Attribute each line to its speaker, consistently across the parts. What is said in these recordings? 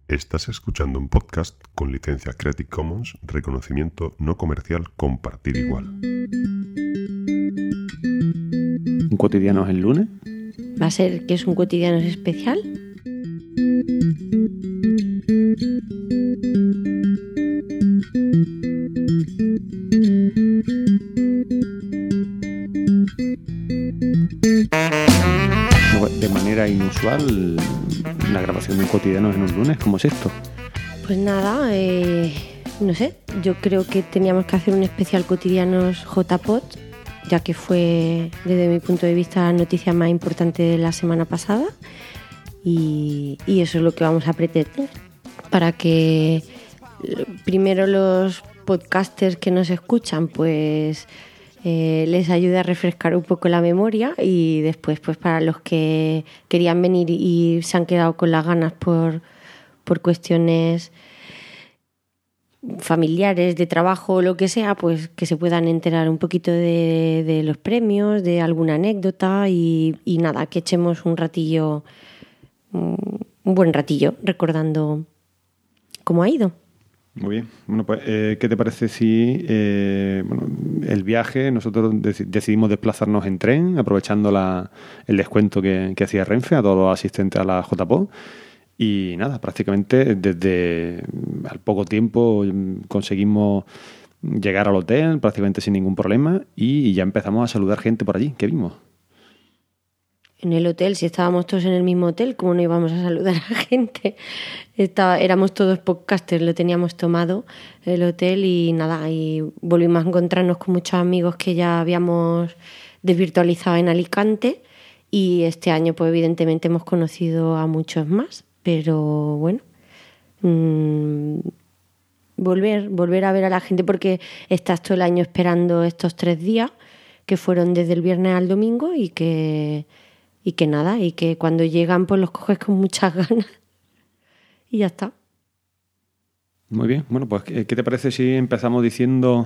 Speaker 1: Estás escuchando un podcast con licencia Creative Commons, reconocimiento no comercial, compartir igual.
Speaker 2: ¿Un cotidiano es el lunes?
Speaker 3: ¿Va a ser que es un cotidiano especial?
Speaker 2: De manera inusual, la grabación de un cotidiano en un lunes, ¿cómo es esto?
Speaker 3: Pues nada, no sé, yo creo que teníamos que hacer un especial cotidianos JPod, ya que fue, desde mi punto de vista, la noticia más importante de la semana pasada, y eso es lo que vamos a pretender, para que primero los podcasters que nos escuchan, pues les ayude a refrescar un poco la memoria, y después pues para los que querían venir y se han quedado con las ganas por cuestiones familiares, de trabajo o lo que sea, pues que se puedan enterar un poquito de los premios, de alguna anécdota y nada, que echemos un ratillo, un buen ratillo recordando cómo ha ido.
Speaker 2: Muy bien. Bueno, pues, ¿qué te parece si el viaje, nosotros decidimos desplazarnos en tren, aprovechando el descuento que hacía Renfe a todos los asistentes a la JPod? Y nada, prácticamente desde al poco tiempo conseguimos llegar al hotel prácticamente sin ningún problema y ya empezamos a saludar gente por allí. ¿Qué vimos?
Speaker 3: En el hotel, si estábamos todos en el mismo hotel, ¿cómo no íbamos a saludar a gente? Éramos todos podcasters, lo teníamos tomado el hotel y nada, y volvimos a encontrarnos con muchos amigos que ya habíamos desvirtualizado en Alicante, y este año pues evidentemente hemos conocido a muchos más, pero bueno, volver a ver a la gente, porque estás todo el año esperando estos 3 días que fueron desde el viernes al domingo y que nada, y que cuando llegan pues los coges con muchas ganas y ya está.
Speaker 2: Muy bien, bueno, pues ¿qué te parece si empezamos diciendo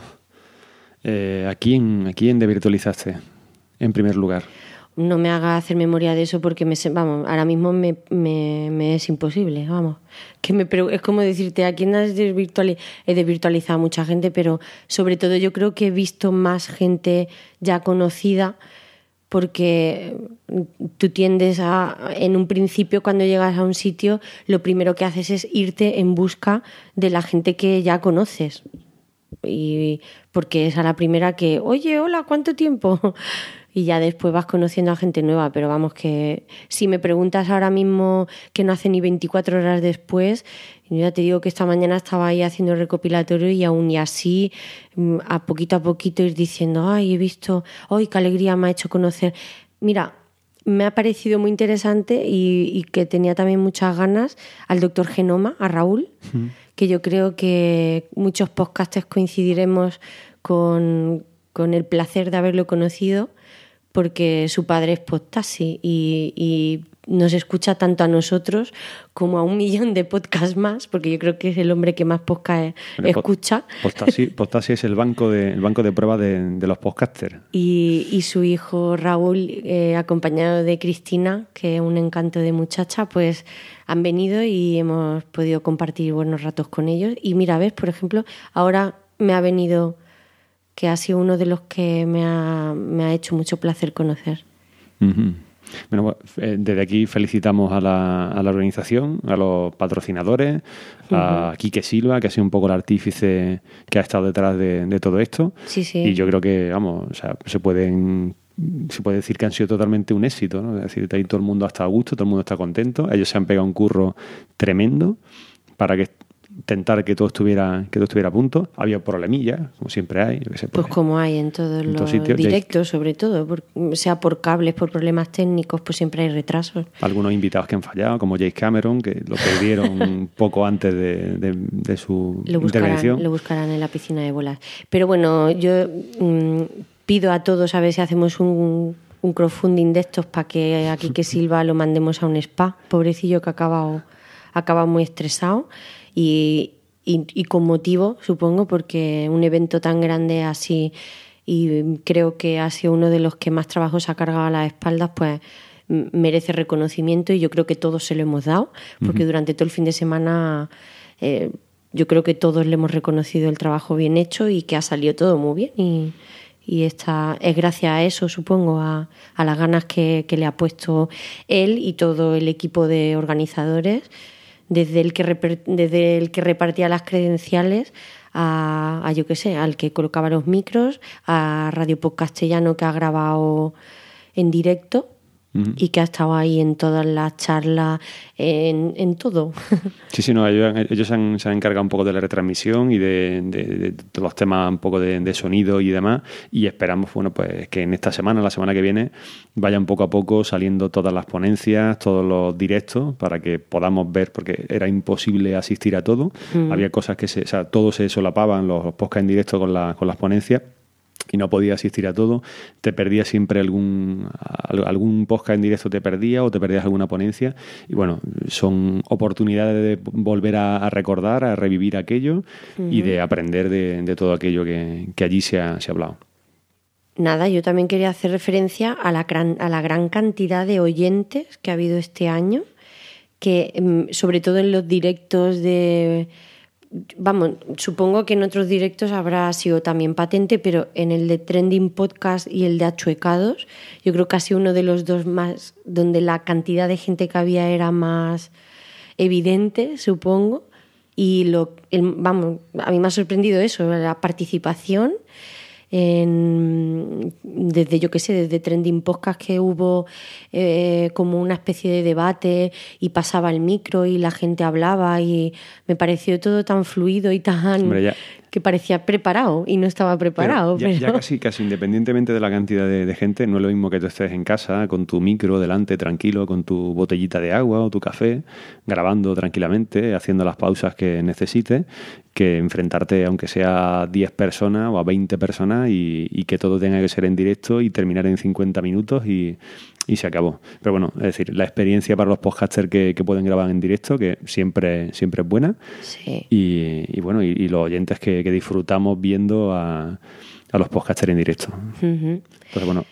Speaker 2: a quién desvirtualizaste en primer lugar?
Speaker 3: No me haga hacer memoria de eso porque ahora mismo me es imposible, vamos. Es como decirte, ¿a quién has desvirtualizado? He desvirtualizado a mucha gente, pero sobre todo yo creo que he visto más gente ya conocida, porque tú tiendes en un principio, cuando llegas a un sitio, lo primero que haces es irte en busca de la gente que ya conoces. Y porque es a la primera que, oye, hola, ¿cuánto tiempo? Y ya después vas conociendo a gente nueva, pero vamos, que si me preguntas ahora mismo, que no hace ni 24 horas después, yo ya te digo que esta mañana estaba ahí haciendo el recopilatorio y aún y así, a poquito ir diciendo, ay, he visto, ay, qué alegría me ha hecho conocer. Mira, me ha parecido muy interesante y que tenía también muchas ganas al doctor Genoma, a Raúl, que yo creo que muchos podcasters coincidiremos con el placer de haberlo conocido, porque su padre es podtaxi y nos escucha tanto a nosotros como a 1 millón de podcasts más, porque yo creo que es el hombre que más podcast escucha.
Speaker 2: Podtaxi es el banco de pruebas de los podcasters.
Speaker 3: Y su hijo Raúl, acompañado de Cristina, que es un encanto de muchacha, pues han venido y hemos podido compartir buenos ratos con ellos. Y mira, ves, por ejemplo, ahora me ha venido que ha sido uno de los que me ha hecho mucho placer conocer.
Speaker 2: Uh-huh. Bueno, desde aquí felicitamos a la organización, a los patrocinadores, a Quique Silva, que ha sido un poco el artífice que ha estado detrás de todo esto.
Speaker 3: Sí, sí.
Speaker 2: Y yo creo que, vamos, o sea, se puede decir que han sido totalmente un éxito, ¿no? Es decir, ahí todo el mundo ha estado a gusto, todo el mundo está contento. Ellos se han pegado un curro tremendo para intentar que todo estuviera a punto. Había problemillas, como siempre hay.
Speaker 3: Pues como hay en todos los sitios, directos, sobre todo, sea por cables, por problemas técnicos, pues siempre hay retrasos.
Speaker 2: Algunos invitados que han fallado, como James Cameron, que lo perdieron un poco antes de su intervención.
Speaker 3: Lo buscarán en la piscina de bolas. Pero bueno, yo pido a todos a ver si hacemos un crowdfunding de estos para que a Quique Silva lo mandemos a un spa. Pobrecillo, que acaba muy estresado. Y con motivo, supongo, porque un evento tan grande así, y creo que ha sido uno de los que más trabajo se ha cargado a las espaldas, pues merece reconocimiento y yo creo que todos se lo hemos dado, porque durante todo el fin de semana yo creo que todos le hemos reconocido el trabajo bien hecho y que ha salido todo muy bien y es gracias a eso, supongo, a las ganas que le ha puesto él y todo el equipo de organizadores, desde el que repartía las credenciales a yo qué sé, al que colocaba los micros, a Radio Podcastellano, que ha grabado en directo y que ha estado ahí en todas las charlas, en todo.
Speaker 2: Sí, no, ellos se han encargado un poco de la retransmisión y de los temas un poco de sonido y demás, y esperamos, bueno, pues que en esta semana, la semana que viene, vayan poco a poco saliendo todas las ponencias, todos los directos, para que podamos ver, porque era imposible asistir a todo. Había cosas que todo se solapaban, los podcasts en directo con las ponencias, y no podía asistir a todo. Te perdías siempre algún podcast en directo, te perdías alguna ponencia, y bueno, son oportunidades de volver a recordar, a revivir aquello y de aprender de todo aquello que allí se ha hablado.
Speaker 3: Nada, yo también quería hacer referencia a la gran cantidad de oyentes que ha habido este año, que sobre todo en los directos supongo que en otros directos habrá sido también patente, pero en el de Trending Podcast y el de Achuecados, yo creo que ha sido uno de los dos más, donde la cantidad de gente que había era más evidente, supongo. Y a mí me ha sorprendido eso, la participación. Desde Trending Podcast, que hubo como una especie de debate y pasaba el micro y la gente hablaba, y me pareció todo tan fluido y tan... que parecía preparado y no estaba preparado.
Speaker 2: Ya casi independientemente de la cantidad de gente, no es lo mismo que tú estés en casa con tu micro delante, tranquilo, con tu botellita de agua o tu café, grabando tranquilamente, haciendo las pausas que necesites, que enfrentarte, aunque sea a 10 personas o a 20 personas, y que todo tenga que ser en directo y terminar en 50 minutos y se acabó. Pero bueno, es decir, la experiencia para los podcasters que pueden grabar en directo, que siempre es buena.
Speaker 3: Sí.
Speaker 2: Y bueno, y los oyentes que disfrutamos viendo a los podcasters en directo. Entonces, bueno,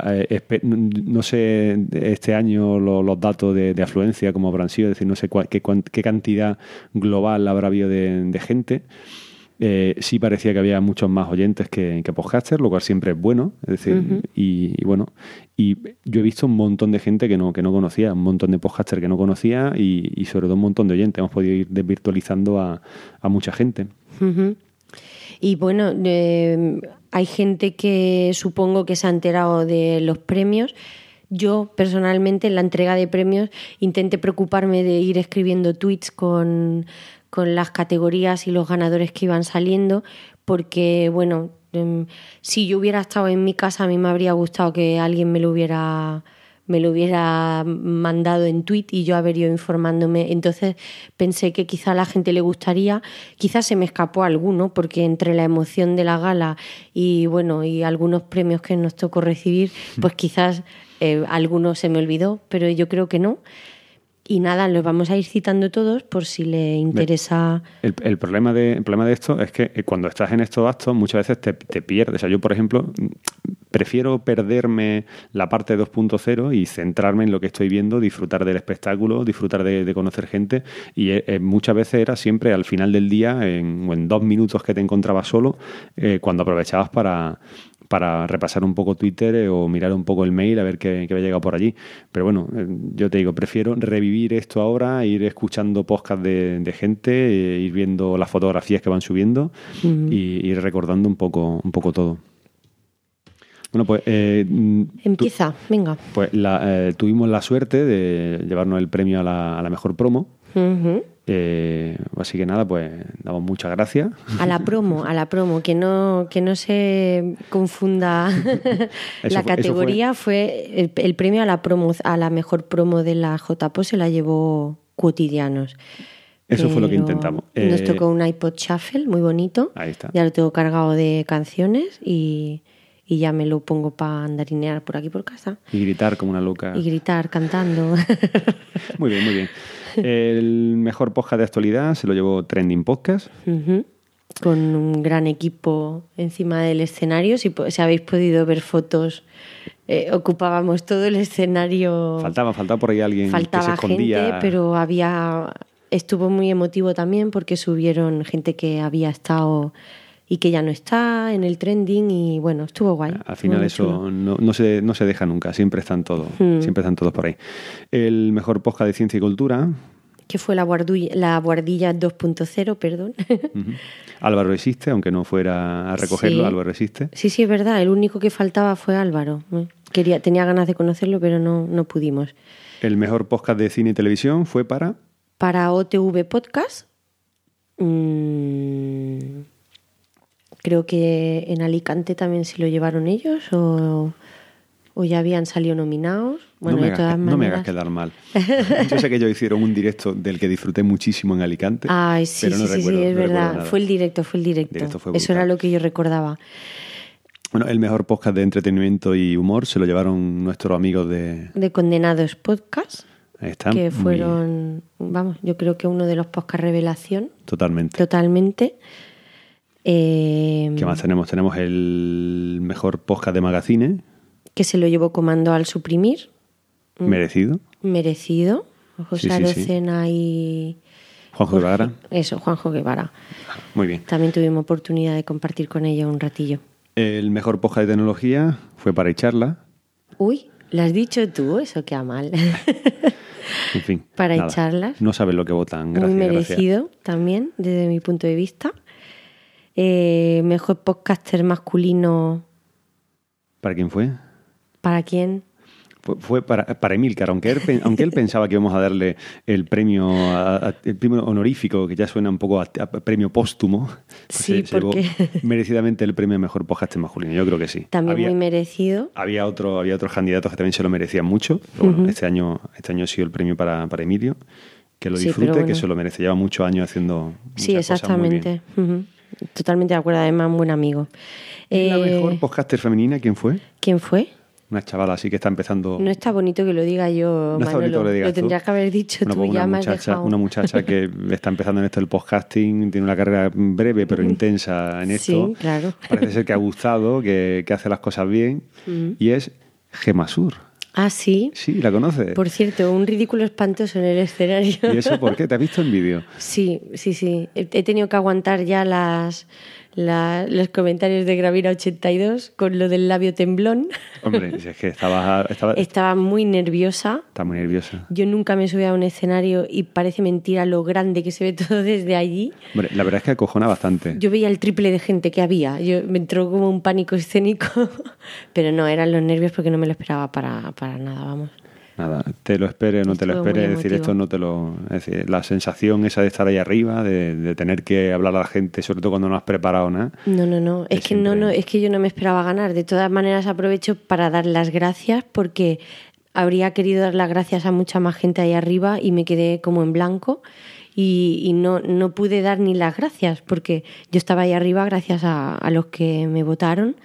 Speaker 2: no sé este año los datos de afluencia cómo habrán sido, es decir, no sé qué cantidad global habrá habido de gente. Sí parecía que había muchos más oyentes que podcasters, lo cual siempre es bueno, es decir, y bueno, y yo he visto un montón de gente que no conocía, un montón de podcasters que no conocía, y sobre todo un montón de oyentes. Hemos podido ir desvirtualizando a mucha gente.
Speaker 3: Y bueno, hay gente que supongo que se ha enterado de los premios. Yo, personalmente, en la entrega de premios intenté preocuparme de ir escribiendo tweets con las categorías y los ganadores que iban saliendo, porque, bueno, si yo hubiera estado en mi casa, a mí me habría gustado que alguien me lo hubiera mandado en tweet y yo haber ido informándome. Entonces pensé que quizá a la gente le gustaría, quizás se me escapó alguno, porque entre la emoción de la gala y bueno, y algunos premios que nos tocó recibir, pues quizás alguno se me olvidó, pero yo creo que no. Y nada, los vamos a ir citando todos por si le interesa.
Speaker 2: El problema de esto es que cuando estás en estos actos muchas veces te pierdes. O sea, yo, por ejemplo, prefiero perderme la parte 2.0 y centrarme en lo que estoy viendo, disfrutar del espectáculo, disfrutar de conocer gente. Y muchas veces era siempre al final del día, en 2 minutos que te encontrabas solo, cuando aprovechabas para repasar un poco Twitter o mirar un poco el mail a ver qué había llegado por allí. Pero bueno, yo te digo, prefiero revivir esto ahora, ir escuchando podcast de gente, ir viendo las fotografías que van subiendo y ir recordando un poco todo. Bueno, pues...
Speaker 3: Empieza, venga.
Speaker 2: Pues tuvimos la suerte de llevarnos el premio a la mejor promo. Así que nada, pues damos muchas gracias.
Speaker 3: A la promo, que no se confunda. La categoría fue el premio a la mejor promo de la JPO, se la llevó Quotidianos.
Speaker 2: Eso fue lo que intentamos.
Speaker 3: Nos tocó un iPod Shuffle muy bonito.
Speaker 2: Ahí está.
Speaker 3: Ya lo tengo cargado de canciones y ya me lo pongo para andarinear por aquí por casa.
Speaker 2: Y gritar como una loca.
Speaker 3: Y gritar cantando.
Speaker 2: Muy bien, muy bien. El mejor podcast de actualidad se lo llevó Trending Podcast.
Speaker 3: con un gran equipo encima del escenario. Si habéis podido ver fotos, ocupábamos todo el escenario.
Speaker 2: Faltaba por ahí alguien que se escondía.
Speaker 3: Gente, pero estuvo muy emotivo también porque subieron gente que había estado y que ya no está en el trending y bueno, estuvo guay.
Speaker 2: Al final eso no se deja nunca, siempre están todos por ahí. El mejor podcast de ciencia y cultura...
Speaker 3: Que fue la Guardilla 2.0, perdón.
Speaker 2: Álvaro existe, aunque no fuera a recogerlo, sí. Álvaro existe.
Speaker 3: Sí, es verdad, el único que faltaba fue Álvaro. Tenía ganas de conocerlo, pero no pudimos.
Speaker 2: El mejor podcast de cine y televisión fue para...
Speaker 3: Para OTV Podcast. Creo que en Alicante también se lo llevaron ellos o ya habían salido nominados. Bueno,
Speaker 2: no me hagas quedar mal. Yo sé que ellos hicieron un directo del que disfruté muchísimo en Alicante.
Speaker 3: Ay, sí,
Speaker 2: pero no recuerdo,
Speaker 3: es verdad. Fue el directo. Eso era lo que yo recordaba.
Speaker 2: Bueno, el mejor podcast de entretenimiento y humor se lo llevaron nuestros amigos de
Speaker 3: Condenados Podcast.
Speaker 2: Ahí están.
Speaker 3: Que fueron, yo creo que uno de los podcast revelación. Totalmente.
Speaker 2: ¿Qué más tenemos? Tenemos el mejor podcast de magazine.
Speaker 3: Que se lo llevó Comando al Suprimir.
Speaker 2: Merecido.
Speaker 3: José Arocena y...
Speaker 2: Juanjo Guevara.
Speaker 3: Eso, Juanjo Guevara.
Speaker 2: Muy bien.
Speaker 3: También tuvimos oportunidad de compartir con ella un ratillo.
Speaker 2: El mejor podcast de tecnología fue Para Echarla.
Speaker 3: Uy, ¿lo has dicho tú? Eso queda mal.
Speaker 2: En fin.
Speaker 3: Para Echarlas.
Speaker 2: No sabes lo que votan. Gracias.
Speaker 3: Muy merecido también, desde mi punto de vista. Mejor podcaster masculino.
Speaker 2: ¿Para quién fue?
Speaker 3: ¿Para quién?
Speaker 2: Fue para Emilcar, aunque él pensaba que íbamos a darle el premio honorífico, que ya suena un poco a premio póstumo.
Speaker 3: Sí, porque...
Speaker 2: merecidamente el premio de mejor podcaster masculino, yo creo que sí.
Speaker 3: También muy merecido.
Speaker 2: Había otros candidatos que también se lo merecían mucho. Pero bueno, este año ha sido el premio para Emilio, que lo disfrute, que se lo merece. Lleva muchos años haciendo muchas
Speaker 3: exactamente.
Speaker 2: Cosas muy bien.
Speaker 3: Totalmente de acuerdo, además un buen amigo.
Speaker 2: ¿La mejor podcaster femenina quién fue?
Speaker 3: ¿Quién fue?
Speaker 2: Una chavala así que está empezando...
Speaker 3: No está bonito que lo diga yo,
Speaker 2: no
Speaker 3: Manolo. Lo tendrías que haber dicho tú, ya me has dejado.
Speaker 2: Una muchacha que está empezando en esto del podcasting, tiene una carrera breve pero intensa en esto.
Speaker 3: Sí, claro.
Speaker 2: Parece ser que ha gustado, que hace las cosas bien. Y es Gemma Sur.
Speaker 3: Ah, ¿sí?
Speaker 2: Sí, ¿la conoces?
Speaker 3: Por cierto, un ridículo espantoso en el escenario.
Speaker 2: ¿Y eso por qué? ¿Te has visto en vídeo?
Speaker 3: Sí. He tenido que aguantar ya los comentarios de Gravina 82 con lo del labio temblón.
Speaker 2: Hombre, es que
Speaker 3: estaba muy nerviosa.
Speaker 2: Está muy nerviosa.
Speaker 3: Yo nunca me subí a un escenario y parece mentira lo grande que se ve todo desde allí.
Speaker 2: Hombre, la verdad es que acojona bastante.
Speaker 3: Yo veía el triple de gente que había. Me entró como un pánico escénico. Pero no, eran los nervios porque no me lo esperaba para nada, vamos.
Speaker 2: Nada, te lo espere o no te lo espere, es decir, esto no te lo... Es decir, la sensación esa de estar ahí arriba, de tener que hablar a la gente, sobre todo cuando no has preparado nada.
Speaker 3: No, es que es que yo no me esperaba ganar. De todas maneras aprovecho para dar las gracias porque habría querido dar las gracias a mucha más gente ahí arriba y me quedé como en blanco y no pude dar ni las gracias porque yo estaba ahí arriba gracias a los que me votaron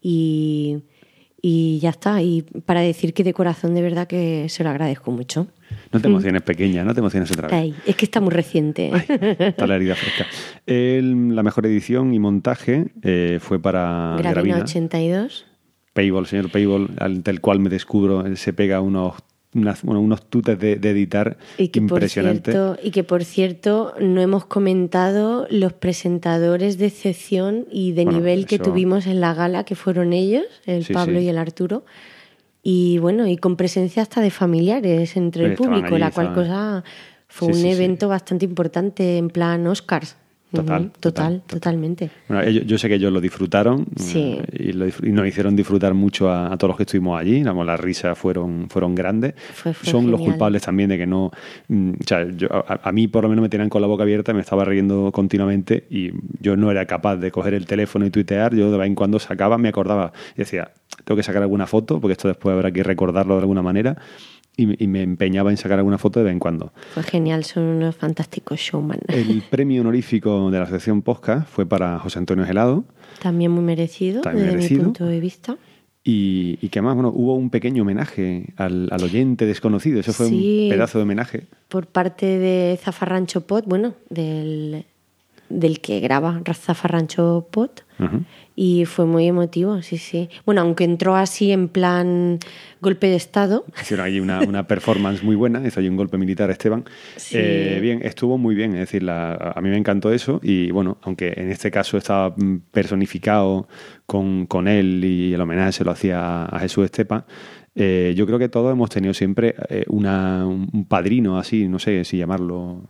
Speaker 3: y ya está, y para decir que de corazón de verdad que se lo agradezco mucho.
Speaker 2: No te emociones, pequeña, no te emociones otra vez.
Speaker 3: Ay, es que está muy reciente.
Speaker 2: Ay, está la herida fresca. La mejor edición y montaje fue para
Speaker 3: Gravina 82.
Speaker 2: Payball, señor Payball, ante el cual me descubro, él se pega unos tutes de editar impresionantes.
Speaker 3: Y que, por cierto, no hemos comentado los presentadores de excepción y de nivel que tuvimos en la gala, que fueron ellos, el Pablo y el Arturo. Y bueno, y con presencia hasta de familiares entre el público, la cual cosa fue un evento bastante importante en plan Oscars. Totalmente.
Speaker 2: Bueno, yo sé que ellos lo disfrutaron y nos hicieron disfrutar mucho a todos los que estuvimos allí. Las risas fueron grandes.
Speaker 3: Fue
Speaker 2: Son
Speaker 3: genial.
Speaker 2: Los culpables también de que no... O sea, a mí por lo menos me tenían con la boca abierta, me estaba riendo continuamente y yo no era capaz de coger el teléfono y tuitear. Yo de vez en cuando sacaba, me acordaba y decía, tengo que sacar alguna foto porque esto después habrá que recordarlo de alguna manera. Y me empeñaba en sacar alguna foto de vez en cuando.
Speaker 3: Fue genial, son unos fantásticos showman.
Speaker 2: El premio honorífico de la Asociación Podcast fue para José Antonio Gelado.
Speaker 3: También muy merecido, desde mi punto de vista.
Speaker 2: Y que más, hubo un pequeño homenaje al oyente desconocido. Eso fue un pedazo de homenaje.
Speaker 3: Por parte de Zafarrancho Pod, del del que graba Zafarrancho Pod.
Speaker 2: Ujú.
Speaker 3: Y fue muy emotivo, sí, sí. Bueno, aunque entró así en plan golpe de Estado.
Speaker 2: Hicieron ahí una performance muy buena, hizo ahí un golpe militar Esteban.
Speaker 3: Sí.
Speaker 2: Bien, estuvo muy bien, es decir, a mí me encantó eso y bueno, aunque en este caso estaba personificado con él y el homenaje se lo hacía a Jesús Estepa, yo creo que todos hemos tenido siempre un padrino así, no sé si llamarlo...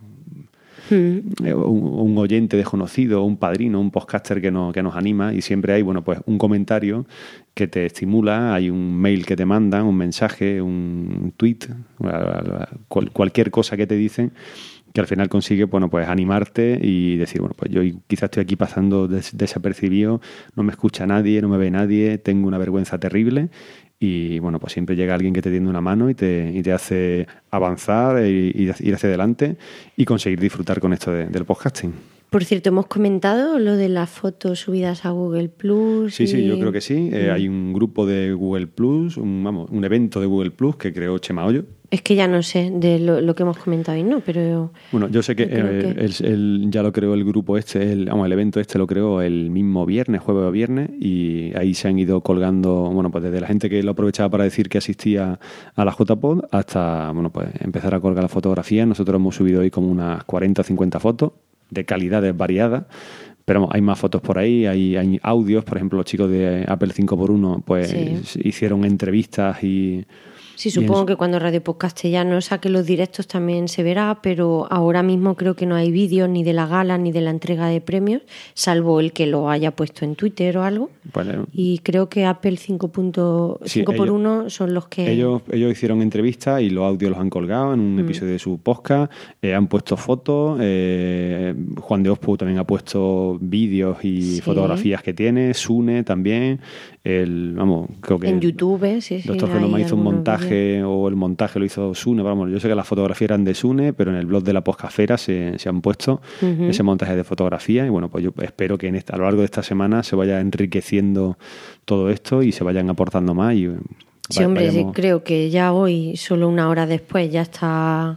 Speaker 2: Un oyente desconocido, un padrino, un podcaster que nos anima y siempre hay, bueno, pues un comentario que te estimula, hay un mail que te mandan, un mensaje, un tweet, cualquier cosa que te dicen que al final consigue, bueno, pues animarte y decir, bueno, pues yo quizás estoy aquí pasando desapercibido, no me escucha nadie, no me ve nadie, tengo una vergüenza terrible. Y bueno, pues siempre llega alguien que te tiende una mano y te hace avanzar e ir hacia adelante y conseguir disfrutar con esto del podcasting.
Speaker 3: Por cierto, hemos comentado lo de las fotos subidas a Google Plus.
Speaker 2: Sí, sí, yo creo que sí. Hay un grupo de Google Plus, un evento de Google Plus que creó Chema Hoyo.
Speaker 3: Es que ya no sé de lo que hemos comentado y no, pero...
Speaker 2: Bueno, yo sé que ya lo creó el grupo el evento lo creó el mismo viernes, jueves o viernes, y ahí se han ido colgando, bueno, pues desde la gente que lo aprovechaba para decir que asistía a la JPod hasta, bueno, pues empezar a colgar las fotografías. Nosotros hemos subido hoy como unas 40 o 50 fotos de calidades variadas. Pero hay más fotos por ahí, hay audios, por ejemplo, los chicos de Apple 5x1 pues sí, hicieron entrevistas y...
Speaker 3: Sí, supongo que cuando Radio Podcastellano saque los directos también se verá, pero ahora mismo creo que no hay vídeos ni de la gala ni de la entrega de premios, salvo el que lo haya puesto en Twitter o algo. Bueno, y creo que Apple 5x1 son los que...
Speaker 2: Ellos hicieron entrevistas y los audios los han colgado en un episodio de su podcast, han puesto fotos, Juan de Ospu también ha puesto vídeos y fotografías que tiene, Sune también, creo que...
Speaker 3: En YouTube, sí.
Speaker 2: Doctor Genoma hizo un montaje o el montaje lo hizo Sune, vamos, yo sé que las fotografías eran de Sune, pero en el blog de la Podcastfera se han puesto ese montaje de fotografía y bueno, pues yo espero que a lo largo de esta semana se vaya enriqueciendo todo esto y se vayan aportando más y
Speaker 3: sí, hombre, sí, creo que ya hoy, solo una hora después, ya está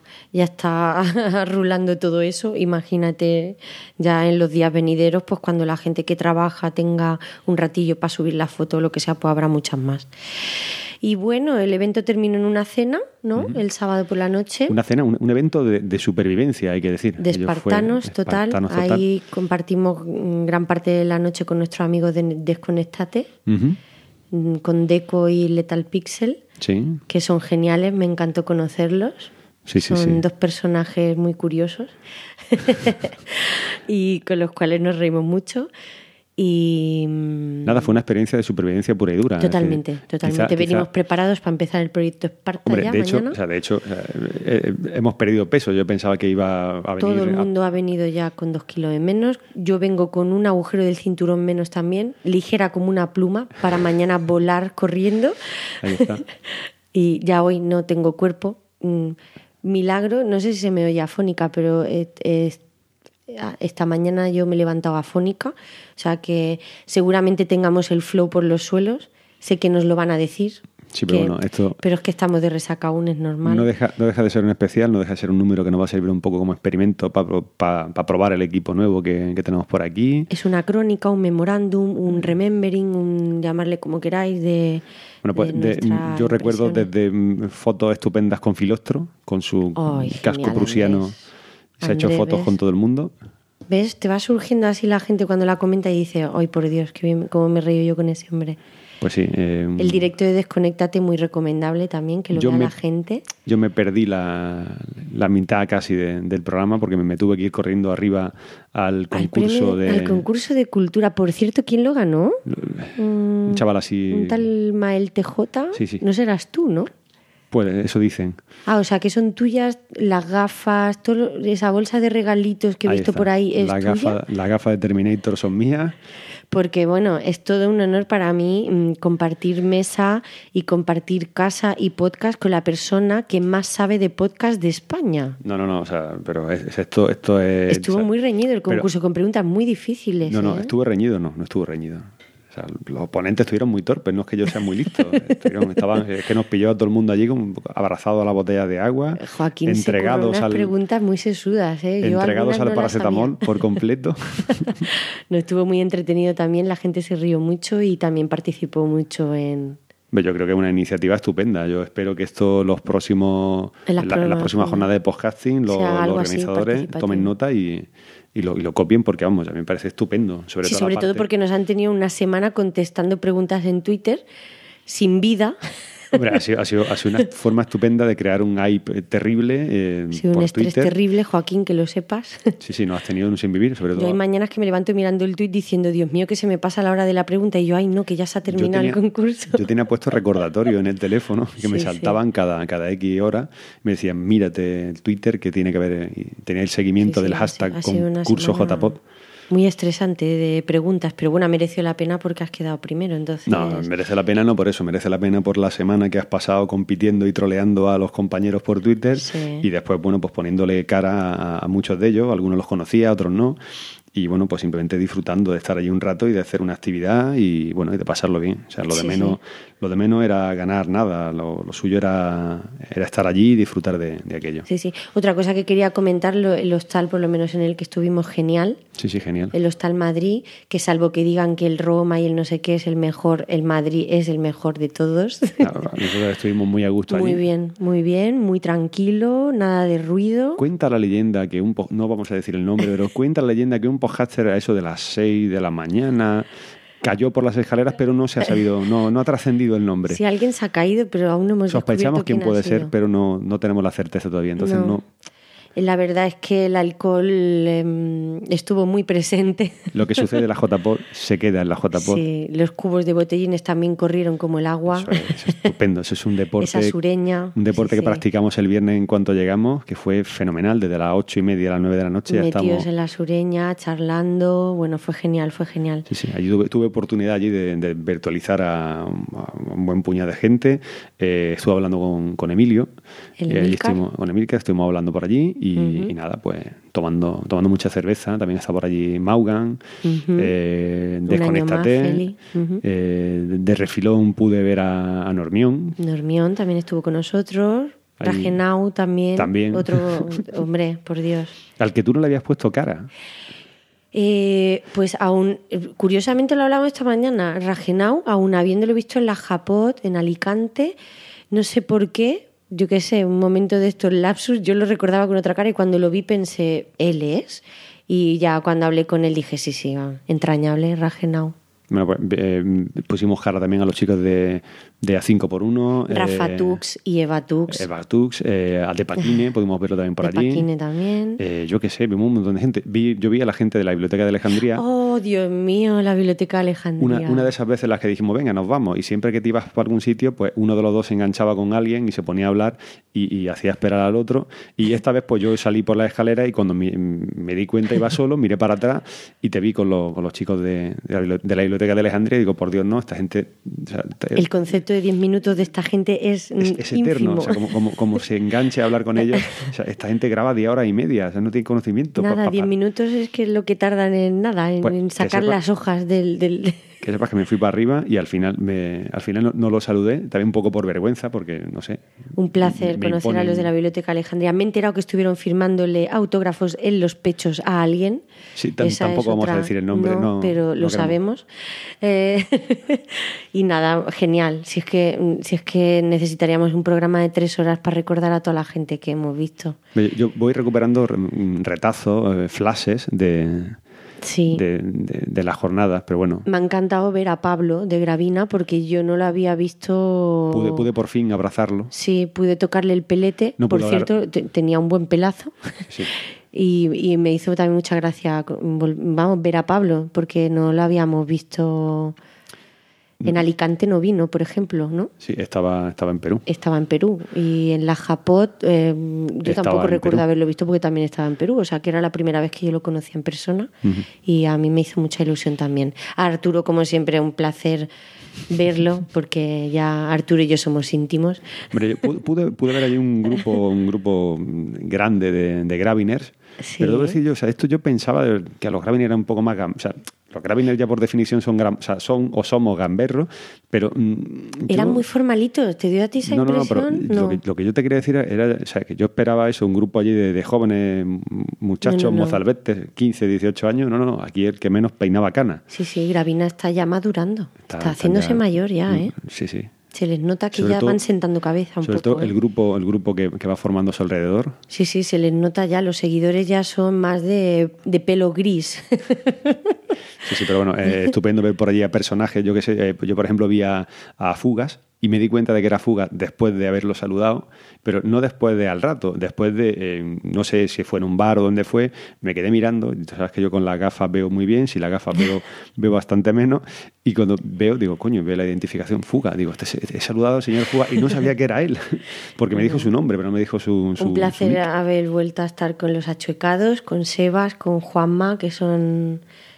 Speaker 3: rulando todo eso. Imagínate ya en los días venideros, pues cuando la gente que trabaja tenga un ratillo para subir la foto o lo que sea, pues habrá muchas más. Y bueno, el evento terminó en una cena, ¿no? El sábado por la noche.
Speaker 2: Una cena, un evento de supervivencia, hay que decir.
Speaker 3: De espartanos, total. Ahí compartimos gran parte de la noche con nuestros amigos de Desconectate, con Deco y Lethal Pixel, que son geniales, me encantó conocerlos. Son dos personajes muy curiosos y con los cuales nos reímos mucho. Y
Speaker 2: nada, fue una experiencia de supervivencia pura y dura.
Speaker 3: Totalmente. Venimos preparados para empezar el proyecto Esparta.
Speaker 2: Hombre,
Speaker 3: ya
Speaker 2: de hecho,
Speaker 3: mañana.
Speaker 2: Hemos perdido peso. Yo pensaba que iba a venir.
Speaker 3: Todo el mundo ha venido ya con 2 kilos de menos. Yo vengo con un agujero del cinturón menos también, ligera como una pluma, para mañana volar corriendo.
Speaker 2: Ahí está.
Speaker 3: Y ya hoy no tengo cuerpo. Milagro, no sé si se me oye afónica, pero esta mañana yo me he levantado afónica, o sea que seguramente tengamos el flow por los suelos, sé que nos lo van a decir.
Speaker 2: Sí, pero
Speaker 3: pero es que estamos de resaca aún, es normal.
Speaker 2: No deja de ser un especial, no deja de ser un número que nos va a servir un poco como experimento para probar el equipo nuevo que tenemos por aquí.
Speaker 3: Es una crónica, un memorándum, un remembering, llamarle como queráis,
Speaker 2: yo recuerdo desde fotos estupendas con Filostro, con su casco prusiano. Se ha hecho fotos con todo el mundo.
Speaker 3: ¿Ves? Te va surgiendo así la gente cuando la comenta y dice, ¡ay, por Dios, qué bien, cómo me río yo con ese hombre!
Speaker 2: Pues sí.
Speaker 3: El directo de Desconéctate, muy recomendable también, que lo vea la gente.
Speaker 2: Yo me perdí la mitad casi del programa porque me tuve que ir corriendo arriba al concurso
Speaker 3: al concurso de cultura. Por cierto, ¿quién lo ganó?
Speaker 2: Un chaval así...
Speaker 3: Un tal Mael TJ.
Speaker 2: Sí.
Speaker 3: No serás tú, ¿no?
Speaker 2: Pues eso dicen.
Speaker 3: O sea, que son tuyas las gafas, esa bolsa de regalitos que he visto por ahí es tuya.
Speaker 2: Las gafas de Terminator son mías.
Speaker 3: Porque, bueno, es todo un honor para mí compartir mesa y compartir casa y podcast con la persona que más sabe de podcast de España.
Speaker 2: No, o sea, pero esto es...
Speaker 3: Estuvo muy reñido el concurso, con preguntas muy difíciles.
Speaker 2: No, estuvo reñido, no estuvo reñido. O sea, los ponentes estuvieron muy torpes, no es que yo sea muy listo. Es que nos pilló a todo el mundo allí abrazado a la botella de agua.
Speaker 3: Joaquín
Speaker 2: entregados
Speaker 3: se unas preguntas muy sesudas, ¿eh?
Speaker 2: Entregados al paracetamol por completo.
Speaker 3: No, estuvo muy entretenido también, la gente se rió mucho y también participó mucho en...
Speaker 2: Yo creo que es una iniciativa estupenda. Yo espero que esto en las próximas jornadas de podcasting los organizadores tomen nota y lo copien porque, vamos, a mí me parece estupendo.
Speaker 3: Sobre todo porque nos han tenido una semana contestando preguntas en Twitter sin vida.
Speaker 2: Hombre, ha sido una forma estupenda de crear un hype terrible
Speaker 3: sí, un estrés
Speaker 2: Twitter.
Speaker 3: Terrible, Joaquín, que lo sepas.
Speaker 2: Sí, nos has tenido un sin vivir, sobre todo.
Speaker 3: Yo hay mañanas que me levanto mirando el tuit diciendo, Dios mío, que se me pasa la hora de la pregunta y yo, ay no, que ya se ha terminado el concurso.
Speaker 2: Yo tenía puesto recordatorio en el teléfono que me saltaban cada X hora. Me decían, mírate el Twitter que tiene que ver, y tenía el seguimiento del hashtag concurso JPod.
Speaker 3: Muy estresante de preguntas, pero bueno, mereció la pena porque has quedado primero, entonces...
Speaker 2: No, merece la pena no por eso, merece la pena por la semana que has pasado compitiendo y troleando a los compañeros por Twitter y después, bueno, pues poniéndole cara a muchos de ellos, algunos los conocía, otros no, y bueno, pues simplemente disfrutando de estar allí un rato y de hacer una actividad y bueno, y de pasarlo bien. O sea, lo de menos era ganar nada, lo suyo era estar allí y disfrutar de aquello.
Speaker 3: Sí, sí. Otra cosa que quería comentar, el hostal, por lo menos en el que estuvimos, genial.
Speaker 2: Sí, genial.
Speaker 3: El hostal Madrid, que salvo que digan que el Roma y el no sé qué es el mejor, el Madrid es el mejor de todos.
Speaker 2: Claro, nosotros estuvimos muy a gusto allí.
Speaker 3: Muy bien, muy tranquilo, nada de ruido.
Speaker 2: Cuenta la leyenda que no vamos a decir el nombre, pero cuenta la leyenda que un podcaster a eso de las 6 de la mañana cayó por las escaleras, pero no se ha sabido, no ha trascendido el nombre.
Speaker 3: Sí, alguien se ha caído, pero aún no hemos
Speaker 2: sospechamos quién puede ser,
Speaker 3: sido.
Speaker 2: Pero no tenemos la certeza todavía, entonces no.
Speaker 3: La verdad es que el alcohol estuvo muy presente.
Speaker 2: Lo que sucede en la JPod se queda en la JPod.
Speaker 3: Sí, los cubos de botellines también corrieron como el agua.
Speaker 2: Eso es estupendo, eso es un deporte.
Speaker 3: Esa sureña.
Speaker 2: Un deporte que practicamos el viernes en cuanto llegamos, que fue fenomenal, desde las 8:30 a las 9 de la noche.
Speaker 3: Metidos en la sureña, charlando, bueno, fue genial.
Speaker 2: Sí, allí tuve oportunidad allí de virtualizar a un buen puñado de gente. Estuve hablando con Emilio. Con Emilcar estuvimos hablando por allí. Y nada, pues tomando mucha cerveza. También está por allí Maugan, Desconéctate. De refilón pude ver a Normión.
Speaker 3: Normión también estuvo con nosotros. Ragenau también. Otro, hombre, por Dios.
Speaker 2: Al que tú no le habías puesto cara.
Speaker 3: Pues aún, curiosamente lo hablamos esta mañana, Ragenau, aún habiéndolo visto en la JPod, en Alicante, no sé por qué, yo qué sé, un momento de estos lapsus, yo lo recordaba con otra cara y cuando lo vi pensé, ¿él es? Y ya cuando hablé con él dije, sí, entrañable, Ragenau.
Speaker 2: Bueno, pues pusimos cara también a los chicos de A5x1.
Speaker 3: Rafa Tux y Eva Tux.
Speaker 2: A Tepaquine, pudimos verlo también por allí.
Speaker 3: Tepaquine también.
Speaker 2: Yo qué sé, vimos un montón de gente. Yo vi a la gente de la Biblioteca de Alejandría.
Speaker 3: Oh, Dios mío, la Biblioteca de Alejandría.
Speaker 2: Una de esas veces en las que dijimos, venga, nos vamos. Y siempre que te ibas por algún sitio, pues uno de los dos se enganchaba con alguien y se ponía a hablar y hacía esperar al otro. Y esta vez, pues yo salí por la escalera y cuando me di cuenta iba solo, miré para atrás y te vi con los chicos de la Biblioteca de Alejandría y digo, por Dios, no, esta gente... O sea,
Speaker 3: el concepto de 10 minutos de esta gente es
Speaker 2: eterno, o sea, como se enganche a hablar con ellos. O sea, esta gente graba 10 horas y media, o sea, no tiene conocimiento.
Speaker 3: Nada, 10 minutos es que es lo que tardan en nada, en sacar las hojas del...
Speaker 2: Que sepas que me fui para arriba y al final no lo saludé, también un poco por vergüenza, porque no sé.
Speaker 3: Un placer conocer a los de la Biblioteca Alejandría. Me he enterado que estuvieron firmándole autógrafos en los pechos a alguien.
Speaker 2: Sí, tampoco vamos a decir el nombre, no,
Speaker 3: pero lo sabemos. Y nada, genial. Si es que necesitaríamos un programa de 3 horas para recordar a toda la gente que hemos visto.
Speaker 2: Yo voy recuperando retazos, flashes de las jornadas, pero bueno.
Speaker 3: Me ha encantado ver a Pablo de Gravina porque yo no lo había visto.
Speaker 2: Pude por fin abrazarlo.
Speaker 3: Sí, pude tocarle el pelete.
Speaker 2: No
Speaker 3: por cierto, tenía un buen pelazo.
Speaker 2: Sí.
Speaker 3: Y me hizo también mucha gracia ver a Pablo porque no lo habíamos visto. En Alicante no vino, por ejemplo, ¿no?
Speaker 2: Sí, estaba en Perú.
Speaker 3: Estaba en Perú. Y en la JPod yo tampoco recuerdo haberlo visto porque también estaba en Perú. O sea, que era la primera vez que yo lo conocía en persona. Y a mí me hizo mucha ilusión también. A Arturo, como siempre, un placer verlo porque ya Arturo y yo somos íntimos.
Speaker 2: Hombre, pude ver allí un grupo grande de Graviners.
Speaker 3: Sí.
Speaker 2: Pero debo decir yo, o sea, esto yo pensaba que a los Graviner eran un poco más... O sea, los Graviner ya por definición somos gamberros, pero...
Speaker 3: Eran muy formalitos, ¿te dio a ti esa impresión?
Speaker 2: No. Lo que yo te quería decir era, o sea, que yo esperaba eso, un grupo allí de jóvenes muchachos, mozalbetes, 15, 18 años. No, aquí el que menos peinaba canas.
Speaker 3: Sí, Gravina está ya madurando, está haciéndose
Speaker 2: ya
Speaker 3: mayor ya, ¿eh?
Speaker 2: Sí.
Speaker 3: Se les nota que
Speaker 2: Sobre
Speaker 3: ya
Speaker 2: todo,
Speaker 3: van sentando cabeza un
Speaker 2: sobre
Speaker 3: poco.
Speaker 2: todo el grupo que va formando a su alrededor.
Speaker 3: Sí, se les nota ya, los seguidores ya son más de pelo gris.
Speaker 2: Sí, pero bueno, estupendo ver por allí a personajes. Yo qué sé, yo por ejemplo vi a Fugas y me di cuenta de que era Fugas después de haberlo saludado, pero no después de al rato, después de, no sé si fue en un bar o dónde fue, me quedé mirando. Y tú sabes que yo con las gafas veo muy bien, sin las gafas veo bastante menos. Y cuando veo, digo, coño, veo la identificación Fugas. Digo, he saludado al señor Fugas y no sabía que era él, porque me dijo su nombre, pero no me dijo su
Speaker 3: Un placer
Speaker 2: nick.
Speaker 3: haber vuelto a estar con los Achuecados, con Sebas, con Juanma, que son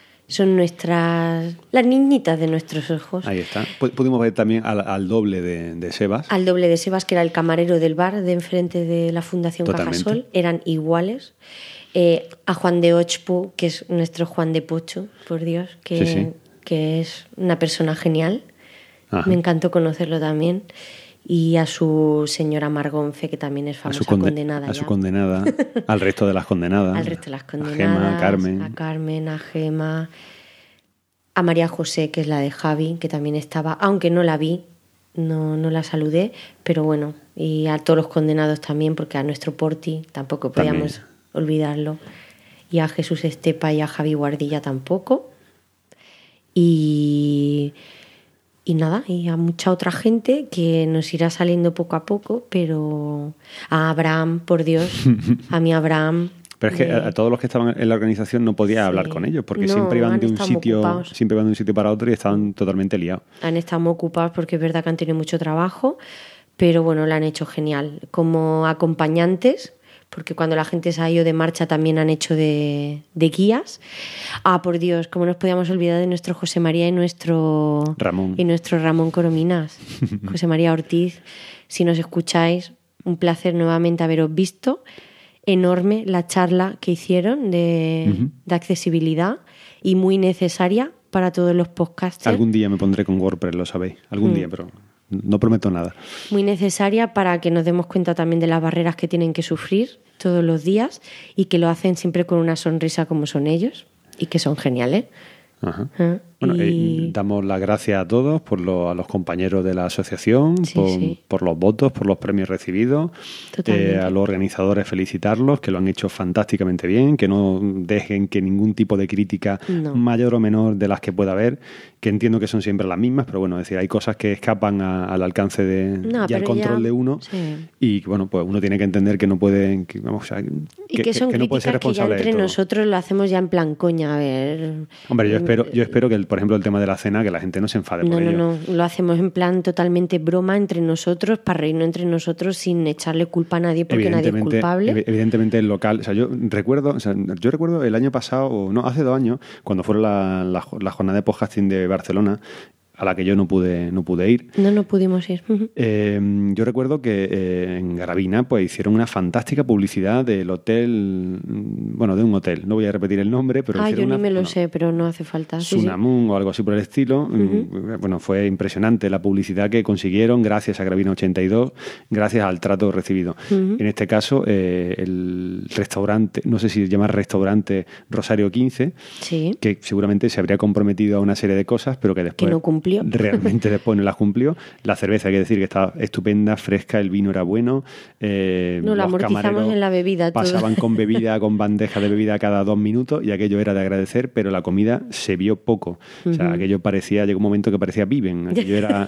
Speaker 3: las niñitas de nuestros ojos.
Speaker 2: Ahí está. Pudimos ver también al doble de Sebas.
Speaker 3: Al doble de Sebas, que era el camarero del bar de enfrente de la Fundación
Speaker 2: Totalmente.
Speaker 3: Cajasol. Eran iguales. A Juan de Ochpu, que es nuestro Juan de Pocho, por Dios, que es una persona genial.
Speaker 2: Ajá.
Speaker 3: Me encantó conocerlo también. Y a su señora Margonfe, que también es famosa, condenada.
Speaker 2: A su condenada, al resto de las condenadas.
Speaker 3: Al resto de las condenadas.
Speaker 2: A Gema,
Speaker 3: a Carmen, a Gema, a María José, que es la de Javi, que también estaba, aunque no la vi, no la saludé, pero bueno, y a todos los condenados también, porque a nuestro Porti tampoco podíamos olvidarlo, y a Jesús Estepa y a Javi Guardilla tampoco. Y nada, y a mucha otra gente que nos irá saliendo poco a poco, pero a Abraham, por Dios, a mi Abraham.
Speaker 2: Pero es que a todos los que estaban en la organización no podía hablar con ellos, porque siempre iban de un sitio para otro y estaban totalmente liados.
Speaker 3: Han estado muy ocupados porque es verdad que han tenido mucho trabajo, pero bueno, lo han hecho genial. Como acompañantes, porque cuando la gente se ha ido de marcha también han hecho de guías. Por Dios, cómo nos podíamos olvidar de nuestro José María y nuestro Ramón Corominas. José María Ortiz, si nos escucháis, un placer nuevamente haberos visto. Enorme la charla que hicieron de accesibilidad y muy necesaria para todos los podcasters.
Speaker 2: Algún día me pondré con WordPress, lo sabéis. Algún día, pero no prometo nada.
Speaker 3: Muy necesaria para que nos demos cuenta también de las barreras que tienen que sufrir todos los días y que lo hacen siempre con una sonrisa como son ellos y que son geniales.
Speaker 2: Ajá. Bueno, damos las gracias a todos, a los compañeros de la asociación, por los votos, por los premios recibidos. A los organizadores felicitarlos, que lo han hecho fantásticamente bien, que no dejen que ningún tipo de crítica mayor o menor de las que pueda haber, que entiendo que son siempre las mismas, pero bueno, es decir, hay cosas que escapan al alcance y al control de uno, y bueno, pues uno tiene que entender que no puede, que no puede ser responsable
Speaker 3: que ya entre nosotros lo hacemos ya en plan coña, a ver.
Speaker 2: Hombre, yo espero que por ejemplo el tema de la cena, que la gente no se enfade por ello.
Speaker 3: No, lo hacemos en plan totalmente broma entre nosotros, para reírnos entre nosotros sin echarle culpa a nadie porque nadie es culpable.
Speaker 2: Evidentemente el local, o sea, yo recuerdo el año pasado, hace 2 años, cuando fueron la jornada de podcasting de Barcelona, a la que yo no pude ir.
Speaker 3: No pudimos ir.
Speaker 2: Yo recuerdo que en Gravina pues hicieron una fantástica publicidad del hotel, de un hotel. No voy a repetir el nombre, pero
Speaker 3: yo ni me lo sé, pero no hace falta.
Speaker 2: Sunamun o algo así por el estilo. Bueno, fue impresionante la publicidad que consiguieron gracias a Gravina 82, gracias al trato recibido. En este caso, el restaurante, no sé si se llama restaurante Rosario 15, que seguramente se habría comprometido a una serie de cosas, pero que después...
Speaker 3: Que no cumplió.
Speaker 2: Realmente después no las cumplió. La cerveza, hay que decir que estaba estupenda, fresca, el vino era bueno.
Speaker 3: Lo amortizamos en la bebida.
Speaker 2: Pasaban con bebida, con bandeja de bebida cada 2 minutos y aquello era de agradecer, pero la comida se vio poco. O sea, aquello llegó un momento que parecía Viven. Aquello era,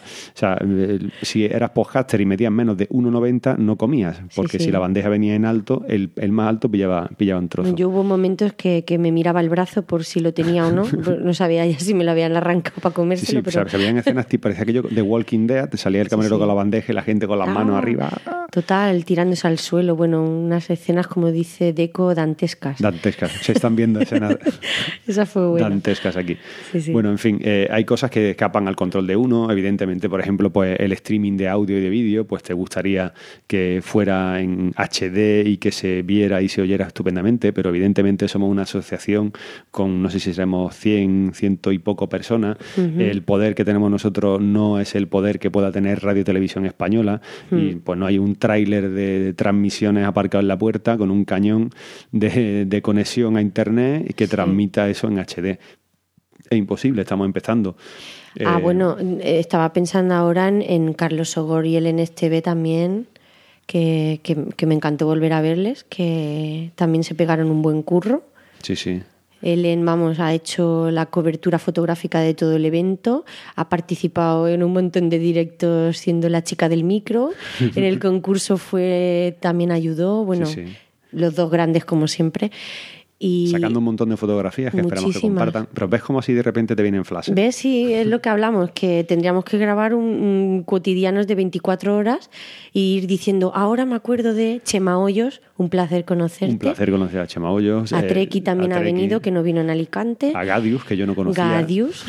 Speaker 2: si eras podcaster y metías menos de 1,90 no comías, porque si la bandeja venía en alto, el más alto pillaba un trozo.
Speaker 3: Yo hubo momentos que me miraba el brazo por si lo tenía o no. No sabía ya si me lo habían arrancado para comérselo, pero
Speaker 2: Pero se veían escenas tipo, parecía aquello de Walking Dead, te salía el camarero con la bandeja y la gente con las manos arriba.
Speaker 3: Total, tirándose al suelo. Bueno, unas escenas, como dice Deco, dantescas.
Speaker 2: Dantescas. Se están viendo escenas
Speaker 3: Esa fue buena.
Speaker 2: dantescas aquí.
Speaker 3: Sí.
Speaker 2: Bueno, en fin, hay cosas que escapan al control de uno. Evidentemente, por ejemplo, pues el streaming de audio y de vídeo, pues te gustaría que fuera en HD y que se viera y se oyera estupendamente, pero evidentemente somos una asociación con, no sé si seremos 100 y poco personas. El poder que tenemos nosotros no es el poder que pueda tener Radio Televisión Española y pues no hay un tráiler de transmisiones aparcado en la puerta con un cañón de conexión a internet que transmita eso en HD. Es imposible, estamos empezando.
Speaker 3: Bueno, estaba pensando ahora en Carlos Sogor y el NSTV también, que me encantó volver a verles, que también se pegaron un buen curro.
Speaker 2: Sí.
Speaker 3: Ellen, ha hecho la cobertura fotográfica de todo el evento, ha participado en un montón de directos siendo la chica del micro, en el concurso también ayudó, los dos grandes como siempre. Y
Speaker 2: sacando un montón de fotografías que esperamos que compartan. Pero ves como así de repente te vienen flashes.
Speaker 3: ¿Ves? Sí, es lo que hablamos, que tendríamos que grabar un cotidianos de 24 horas e ir diciendo, ahora me acuerdo de Chema Hoyos, un placer conocerte.
Speaker 2: Un placer conocer a Chema Hoyos.
Speaker 3: A Treki también ha venido, que no vino en Alicante.
Speaker 2: A Gadius, que yo no conocía.
Speaker 3: Gadius.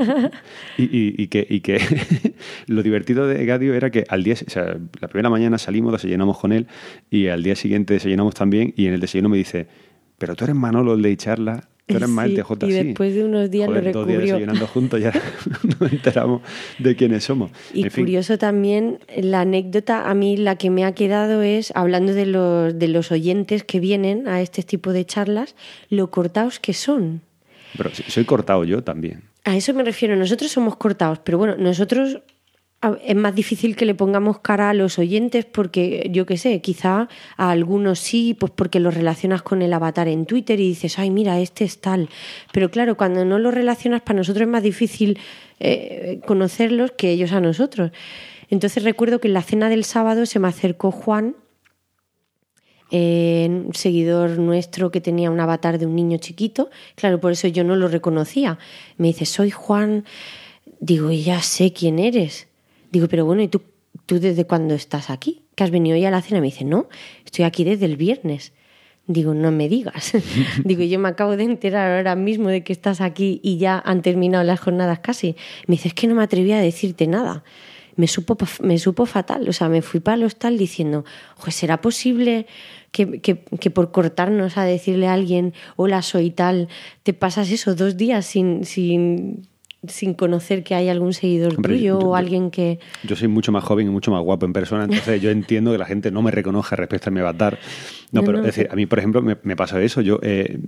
Speaker 2: y que lo divertido de Gadius era que al día, o sea, la primera mañana salimos, desayunamos con él y al día siguiente desayunamos también y en el desayuno me dice... Pero tú eres Manolo, el de Icharla, tú eres más el de JC.
Speaker 3: Y después de unos días lo recubrió.
Speaker 2: 2 días desayunando juntos ya nos enteramos de quiénes somos.
Speaker 3: Y curioso también, la anécdota, a mí la que me ha quedado es, hablando de los oyentes que vienen a este tipo de charlas, lo cortados que son.
Speaker 2: Pero soy cortado yo también.
Speaker 3: A eso me refiero, nosotros somos cortados, pero bueno, nosotros... Es más difícil que le pongamos cara a los oyentes porque, yo qué sé, quizá a algunos sí, pues porque los relacionas con el avatar en Twitter y dices, ay, mira, este es tal. Pero claro, cuando no lo relacionas, para nosotros es más difícil conocerlos que ellos a nosotros. Entonces recuerdo que en la cena del sábado se me acercó Juan, un seguidor nuestro que tenía un avatar de un niño chiquito. Claro, por eso yo no lo reconocía. Me dice, soy Juan. Digo, ya sé quién eres. Digo, pero bueno, ¿y tú desde cuándo estás aquí? ¿Que has venido hoy a la cena? Me dice, no, estoy aquí desde el viernes. Digo, no me digas. Digo, yo me acabo de enterar ahora mismo de que estás aquí y ya han terminado las jornadas casi. Me dice, es que no me atreví a decirte nada. Me supo fatal. O sea, me fui para el hostal diciendo, oye, ¿será posible que por cortarnos a decirle a alguien, hola, soy tal, te pasas eso 2 días sin conocer que hay algún seguidor tuyo o alguien que... Yo
Speaker 2: soy mucho más joven y mucho más guapo en persona, entonces yo entiendo que la gente no me reconozca respecto a mi avatar. No, pero es decir, a mí, por ejemplo, me pasó eso. Yo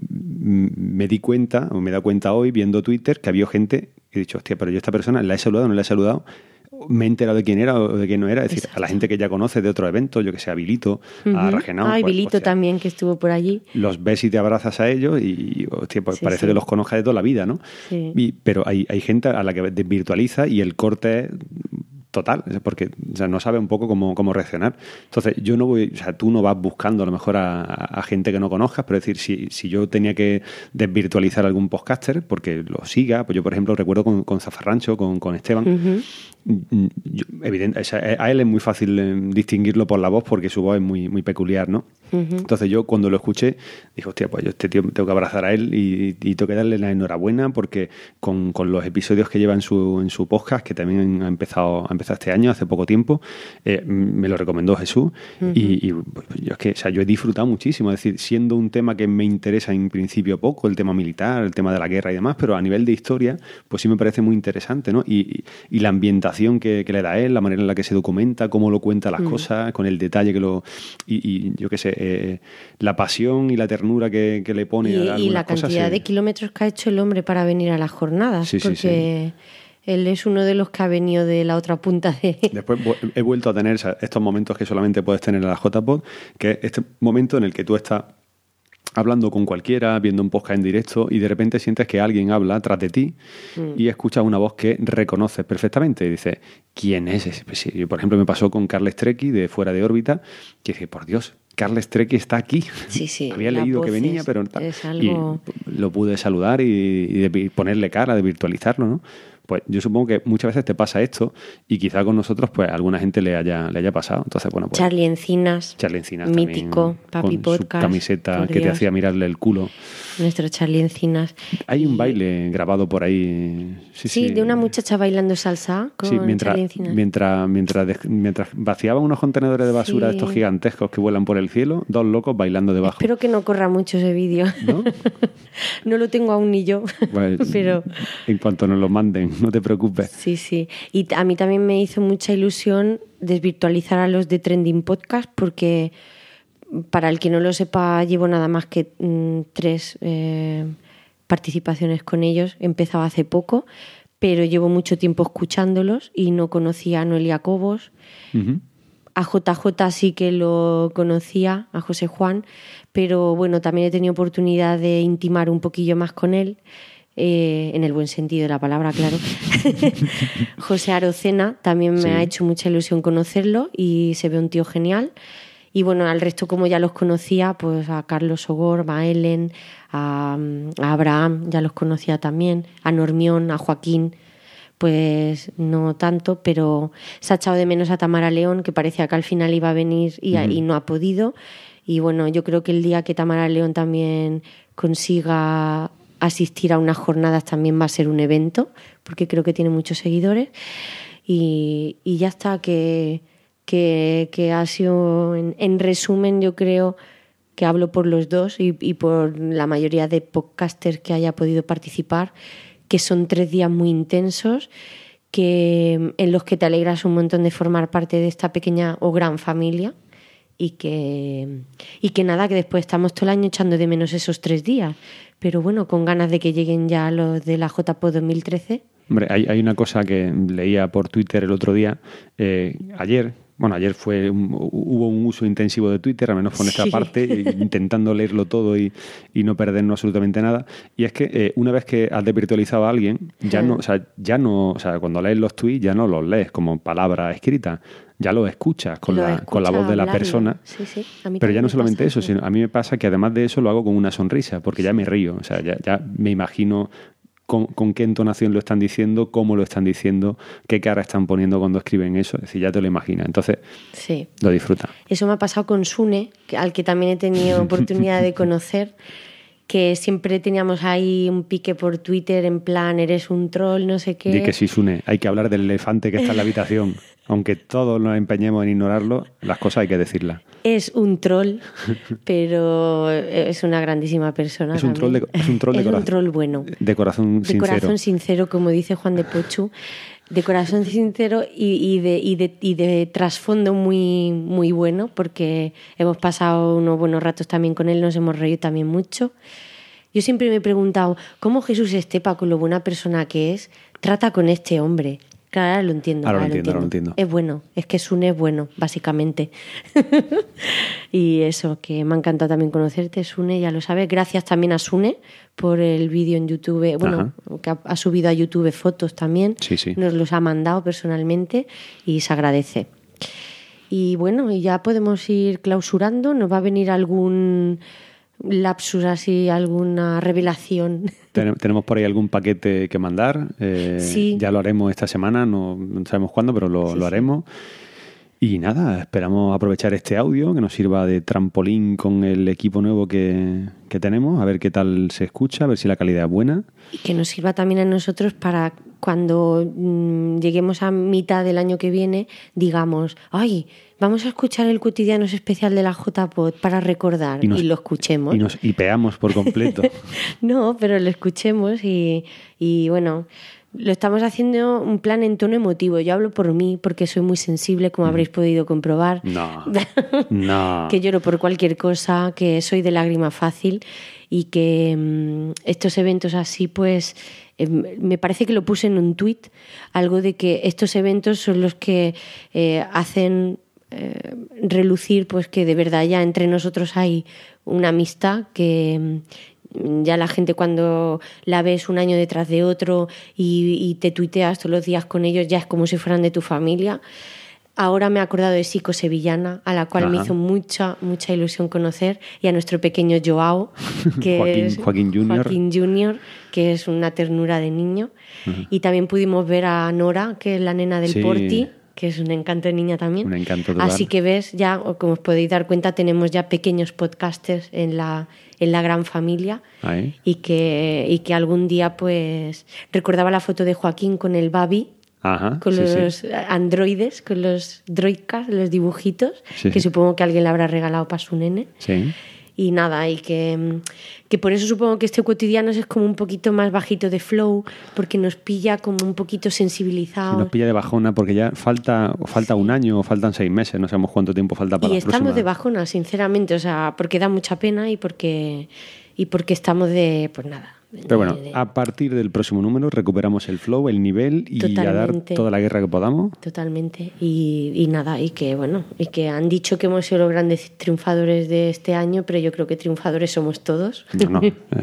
Speaker 2: me di cuenta, o me he dado cuenta hoy viendo Twitter, que había gente que he dicho, hostia, pero yo a esta persona la he saludado o no la he saludado. Me he enterado de quién era o de quién no era. Es decir, a la gente que ya conoce de otros eventos, yo que sé, a Vilito, a Ragenau.
Speaker 3: Ah, y Vilito pues, también, que estuvo por allí.
Speaker 2: Los ves y te abrazas a ellos y hostia, pues parece que los conozcas de toda la vida, ¿no? Sí. Pero hay gente a la que desvirtualiza y el corte es total, porque no sabe un poco cómo reaccionar. Entonces, yo no voy, tú no vas buscando a lo mejor a gente que no conozcas, pero es decir, si yo tenía que desvirtualizar algún podcaster porque lo siga, pues yo, por ejemplo, recuerdo con Zafarrancho, con Esteban, evidente, a él es muy fácil distinguirlo por la voz porque su voz es muy, muy peculiar, ¿no? Entonces yo cuando lo escuché dije, hostia, pues yo este tío tengo que abrazar a él y tengo que darle la enhorabuena porque con los episodios que lleva en su podcast, que también ha empezado este año, hace poco tiempo, me lo recomendó Jesús y pues, yo es que, yo he disfrutado muchísimo, es decir, siendo un tema que me interesa en principio poco, el tema militar, el tema de la guerra y demás, pero a nivel de historia, pues sí me parece muy interesante, ¿no? Y la ambientación que le da él, la manera en la que se documenta, cómo lo cuenta las cosas, con el detalle que lo... Y yo qué sé, la pasión y la ternura que le pone a algunas cosas. Y la
Speaker 3: cantidad de kilómetros que ha hecho el hombre para venir a las jornadas, porque él es uno de los que ha venido de la otra punta de...
Speaker 2: Después he vuelto a tener estos momentos que solamente puedes tener en la JPod, que es este momento en el que tú estás hablando con cualquiera, viendo un podcast en directo y de repente sientes que alguien habla tras de ti y escuchas una voz que reconoces perfectamente y dices, ¿quién es ese? Pues sí, por ejemplo, me pasó con Carles Treki de Fuera de órbita, que dije, por Dios, Carles Treki está aquí.
Speaker 3: Sí,
Speaker 2: había leído que venía, pero
Speaker 3: es algo...
Speaker 2: y lo pude saludar y ponerle cara, de virtualizarlo, ¿no? Pues yo supongo que muchas veces te pasa esto y quizá con nosotros pues a alguna gente le haya pasado. Entonces, bueno, pues
Speaker 3: Charlie Encinas,
Speaker 2: también,
Speaker 3: mítico, Papi
Speaker 2: con
Speaker 3: Podcast,
Speaker 2: su camiseta
Speaker 3: por
Speaker 2: que te
Speaker 3: Dios.
Speaker 2: hacía mirarle el culo.
Speaker 3: Nuestro Charlie Encinas.
Speaker 2: Hay un baile grabado por ahí.
Speaker 3: Sí, de una muchacha bailando salsa con
Speaker 2: Sí, mientras,
Speaker 3: Charlie Encinas.
Speaker 2: mientras vaciaban unos contenedores de basura
Speaker 3: Sí.
Speaker 2: estos gigantescos que vuelan por el cielo, dos locos bailando debajo.
Speaker 3: Espero que no corra mucho ese vídeo.
Speaker 2: ¿No?
Speaker 3: No lo tengo aún ni yo.
Speaker 2: Pues,
Speaker 3: Pero
Speaker 2: en cuanto nos lo manden, no te preocupes.
Speaker 3: sí, sí. Y a mí también me hizo mucha ilusión desvirtualizar a los de Trending Podcast porque, para el que no lo sepa, llevo nada más que 3 participaciones con ellos. He empezado hace poco, pero llevo mucho tiempo escuchándolos y no conocía a Noelia Cobos.
Speaker 2: Ujú.
Speaker 3: A JJ sí que lo conocía, a José Juan, pero bueno, también he tenido oportunidad de intimar un poquillo más con él, en el buen sentido de la palabra, claro. José Arocena también me
Speaker 2: Sí.
Speaker 3: ha hecho mucha ilusión conocerlo y se ve un tío genial. Y bueno, al resto, como ya los conocía, pues a Carlos Sogor, a Ellen, a Abraham, ya los conocía también, a Normión, a Joaquín, pues no tanto, pero se ha echado de menos a Tamara León, que parecía que al final iba a venir y no ha podido. Y bueno, yo creo que el día que Tamara León también consiga asistir a unas jornadas también va a ser un evento, porque creo que tiene muchos seguidores. Y ya está, que ha sido, en resumen, yo creo que hablo por los dos y por la mayoría de podcasters que haya podido participar, que son 3 días muy intensos, en los que te alegras un montón de formar parte de esta pequeña o gran familia y que nada, que después estamos todo el año echando de menos esos 3 días, pero bueno, con ganas de que lleguen ya los de la JPO 2013.
Speaker 2: Hombre, hay una cosa que leía por Twitter el otro día. Ayer hubo un uso intensivo de Twitter, al menos con esta
Speaker 3: Sí.
Speaker 2: parte, intentando leerlo todo y no perdernos absolutamente nada. Y es que una vez que has desvirtualizado a alguien, cuando lees los tweets ya no los lees como palabras escritas, ya los escuchas con la voz de la
Speaker 3: hablarlo.
Speaker 2: persona.
Speaker 3: Sí, sí. A mí
Speaker 2: Pero ya
Speaker 3: también
Speaker 2: no
Speaker 3: me
Speaker 2: solamente
Speaker 3: pasa
Speaker 2: eso, sino a mí me pasa que además de eso lo hago con una sonrisa, porque ya me río. O sea, ya me imagino con qué entonación lo están diciendo, cómo lo están diciendo, qué cara están poniendo cuando escriben eso. Es decir, ya te lo imaginas. Entonces,
Speaker 3: Sí.
Speaker 2: lo disfruta.
Speaker 3: Eso me ha pasado con Sune, al que también he tenido oportunidad de conocer, que siempre teníamos ahí un pique por Twitter en plan, eres un troll, no sé qué.
Speaker 2: Di que sí, Sune, hay que hablar del elefante que está en la habitación. Aunque todos nos empeñemos en ignorarlo, las cosas hay que decirlas.
Speaker 3: Es un troll, pero es una grandísima persona.
Speaker 2: Es un troll de
Speaker 3: también.
Speaker 2: es un troll de
Speaker 3: Es un
Speaker 2: corazón.
Speaker 3: troll bueno.
Speaker 2: De corazón
Speaker 3: De
Speaker 2: sincero.
Speaker 3: corazón sincero, como dice Juan de Pochu. De corazón sincero y de trasfondo muy, muy bueno, porque hemos pasado unos buenos ratos también con él, nos hemos reído también mucho. Yo siempre me he preguntado cómo Jesús Estepa, con lo buena persona que es, trata con este hombre. Claro, ahora lo entiendo.
Speaker 2: Ahora lo entiendo.
Speaker 3: Es bueno, es que Sune es bueno, básicamente. Y eso, que me ha encantado también conocerte, Sune, ya lo sabes. Gracias también a Sune por el vídeo en YouTube, bueno, que ha subido a YouTube fotos también.
Speaker 2: Sí, sí.
Speaker 3: Nos los ha mandado personalmente y se agradece. Y bueno, y ya podemos ir clausurando. Nos va a venir algún lapsus así, alguna revelación.
Speaker 2: Tenemos por ahí algún paquete que mandar.
Speaker 3: Sí.
Speaker 2: Ya lo haremos esta semana, no sabemos cuándo, pero lo haremos. Y nada, esperamos aprovechar este audio que nos sirva de trampolín con el equipo nuevo que tenemos, a ver qué tal se escucha, a ver si la calidad es buena.
Speaker 3: Y que nos sirva también a nosotros para cuando lleguemos a mitad del año que viene, digamos, ay, vamos a escuchar el Cotidianos especial de la JPod para recordar y lo escuchemos.
Speaker 2: Y nos hipeamos por completo.
Speaker 3: No, pero lo escuchemos y bueno, lo estamos haciendo un plan en tono emotivo. Yo hablo por mí porque soy muy sensible, como habréis podido comprobar.
Speaker 2: No.
Speaker 3: Que lloro por cualquier cosa, que soy de lágrima fácil y que estos eventos así, pues me parece que lo puse en un tuit, algo de que estos eventos son los que hacen relucir pues que de verdad ya entre nosotros hay una amistad que ya la gente cuando la ves un año detrás de otro y te tuiteas todos los días con ellos ya es como si fueran de tu familia. Ahora me he acordado de Sico Sevillana, a la cual me hizo mucha ilusión conocer, y a nuestro pequeño Joao, que es
Speaker 2: Joaquín
Speaker 3: Junior, que es una ternura de niño. Y también pudimos ver a Nora, que es la nena del Porti, que es un encanto de niña también.
Speaker 2: Un encanto total.
Speaker 3: Así que ves, ya, como os podéis dar cuenta, tenemos ya pequeños podcasters en la gran familia.
Speaker 2: Ahí.
Speaker 3: Y que algún día, pues, recordaba la foto de Joaquín con el Babi, con los androides, con los droidcast, los dibujitos, que supongo que alguien le habrá regalado para su nene.
Speaker 2: Sí.
Speaker 3: Y nada, y que por eso supongo que este Cotidianos es como un poquito más bajito de flow, porque nos pilla como un poquito sensibilizados.
Speaker 2: Sí, nos pilla de bajona, porque ya falta un año o faltan 6 meses, no sabemos cuánto tiempo falta para la próxima.
Speaker 3: Y estamos de bajona, sinceramente, o sea, porque da mucha pena y porque estamos de, pues nada.
Speaker 2: Pero bueno, a partir del próximo número recuperamos el flow, el nivel y a dar toda la guerra que podamos.
Speaker 3: Totalmente. Y nada, y que bueno, y que han dicho que hemos sido los grandes triunfadores de este año, pero yo creo que triunfadores somos todos.
Speaker 2: No,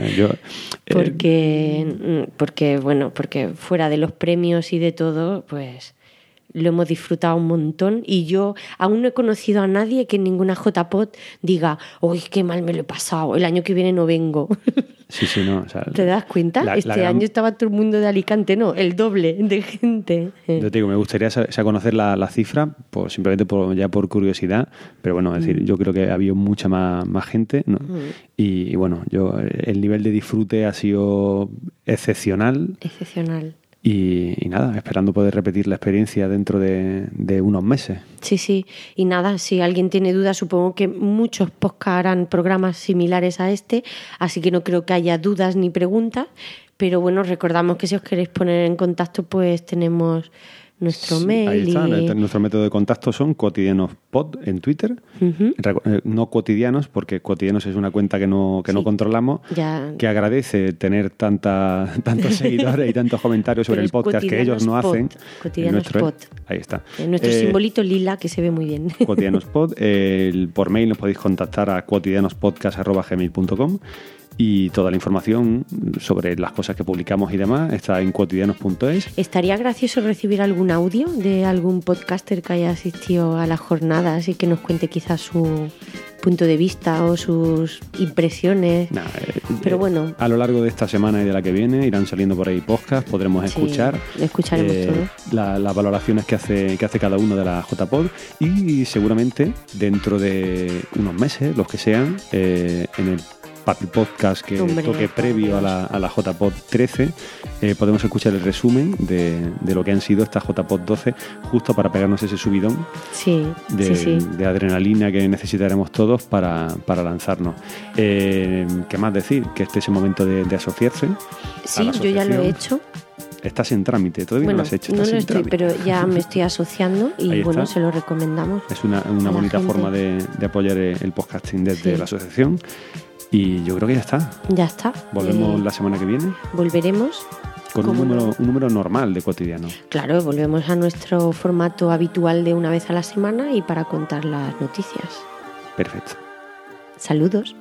Speaker 3: porque fuera de los premios y de todo, pues lo hemos disfrutado un montón, y yo aún no he conocido a nadie que en ninguna JPod diga, uy, qué mal me lo he pasado, el año que viene no vengo.
Speaker 2: Sí, no. O sea,
Speaker 3: ¿te das cuenta? Año estaba todo el mundo de Alicante, no, el doble de gente.
Speaker 2: Yo te digo, me gustaría conocer la cifra, pues simplemente por curiosidad, pero bueno, es decir, yo creo que ha habido mucha más gente, ¿no? Y bueno, el nivel de disfrute ha sido excepcional. Y nada, esperando poder repetir la experiencia dentro de unos meses.
Speaker 3: Sí. Y nada, si alguien tiene dudas, supongo que muchos podcasts harán programas similares a este, así que no creo que haya dudas ni preguntas. Pero bueno, recordamos que si os queréis poner en contacto, pues tenemos nuestro mail.
Speaker 2: Ahí está. Nuestro método de contacto son cotidianospod en Twitter. No cotidianos, porque cotidianos es una cuenta que no controlamos, que agradece tener tantos seguidores y tantos comentarios sobre el podcast que ellos no hacen.
Speaker 3: Cotidianospod.
Speaker 2: Ahí está.
Speaker 3: Nuestro simbolito lila, que se ve muy bien.
Speaker 2: Cotidianospod. Por mail nos podéis contactar a cotidianospodcast@gmail.com. Y toda la información sobre las cosas que publicamos y demás está en cotidianos.es.
Speaker 3: Estaría gracioso recibir algún audio de algún podcaster que haya asistido a las jornadas y que nos cuente quizás su punto de vista o sus impresiones. Pero bueno,
Speaker 2: a lo largo de esta semana y de la que viene irán saliendo por ahí podcasts, podremos escuchar.
Speaker 3: Escucharemos todo.
Speaker 2: Las valoraciones que hace cada uno de la JPod, y seguramente dentro de unos meses, los que sean, en el Papi Podcast que toque previo a la JPod 13, podemos escuchar el resumen de lo que han sido estas JPod 12, justo para pegarnos ese subidón de adrenalina que necesitaremos todos para lanzarnos. ¿Qué más decir? Que este es el momento de asociarse.
Speaker 3: Sí, yo ya lo he hecho.
Speaker 2: Estás en trámite, todavía no lo has hecho.
Speaker 3: No lo estoy, pero ya me estoy asociando y bueno, se lo recomendamos.
Speaker 2: Es una bonita forma de apoyar el podcasting desde la asociación. Y yo creo que ya está.
Speaker 3: Ya está.
Speaker 2: Volvemos la semana que viene.
Speaker 3: Volveremos.
Speaker 2: Con un número normal de cotidiano.
Speaker 3: Claro, volvemos a nuestro formato habitual de una vez a la semana y para contar las noticias.
Speaker 2: Perfecto.
Speaker 3: Saludos.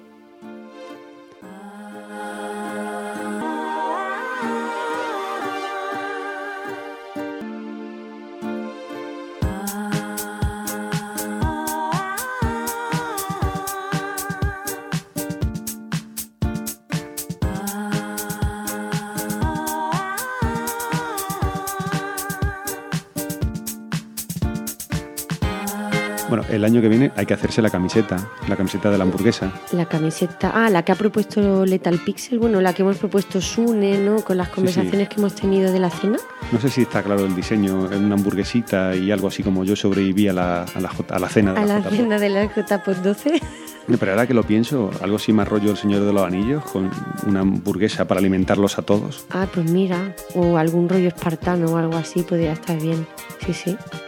Speaker 2: Bueno, el año que viene hay que hacerse la camiseta de la hamburguesa.
Speaker 3: La camiseta, la que ha propuesto Lethal Pixel, bueno, la que hemos propuesto Sune, ¿no? Con las conversaciones que hemos tenido de la cena.
Speaker 2: No sé si está claro el diseño, una hamburguesita y algo así como yo sobreviví a la cena de la JPod.
Speaker 3: Cena de la JPod 12.
Speaker 2: Pero ahora que lo pienso, algo así más rollo El Señor de los Anillos, con una hamburguesa para alimentarlos a todos.
Speaker 3: Pues mira, o algún rollo espartano o algo así podría estar bien. Sí.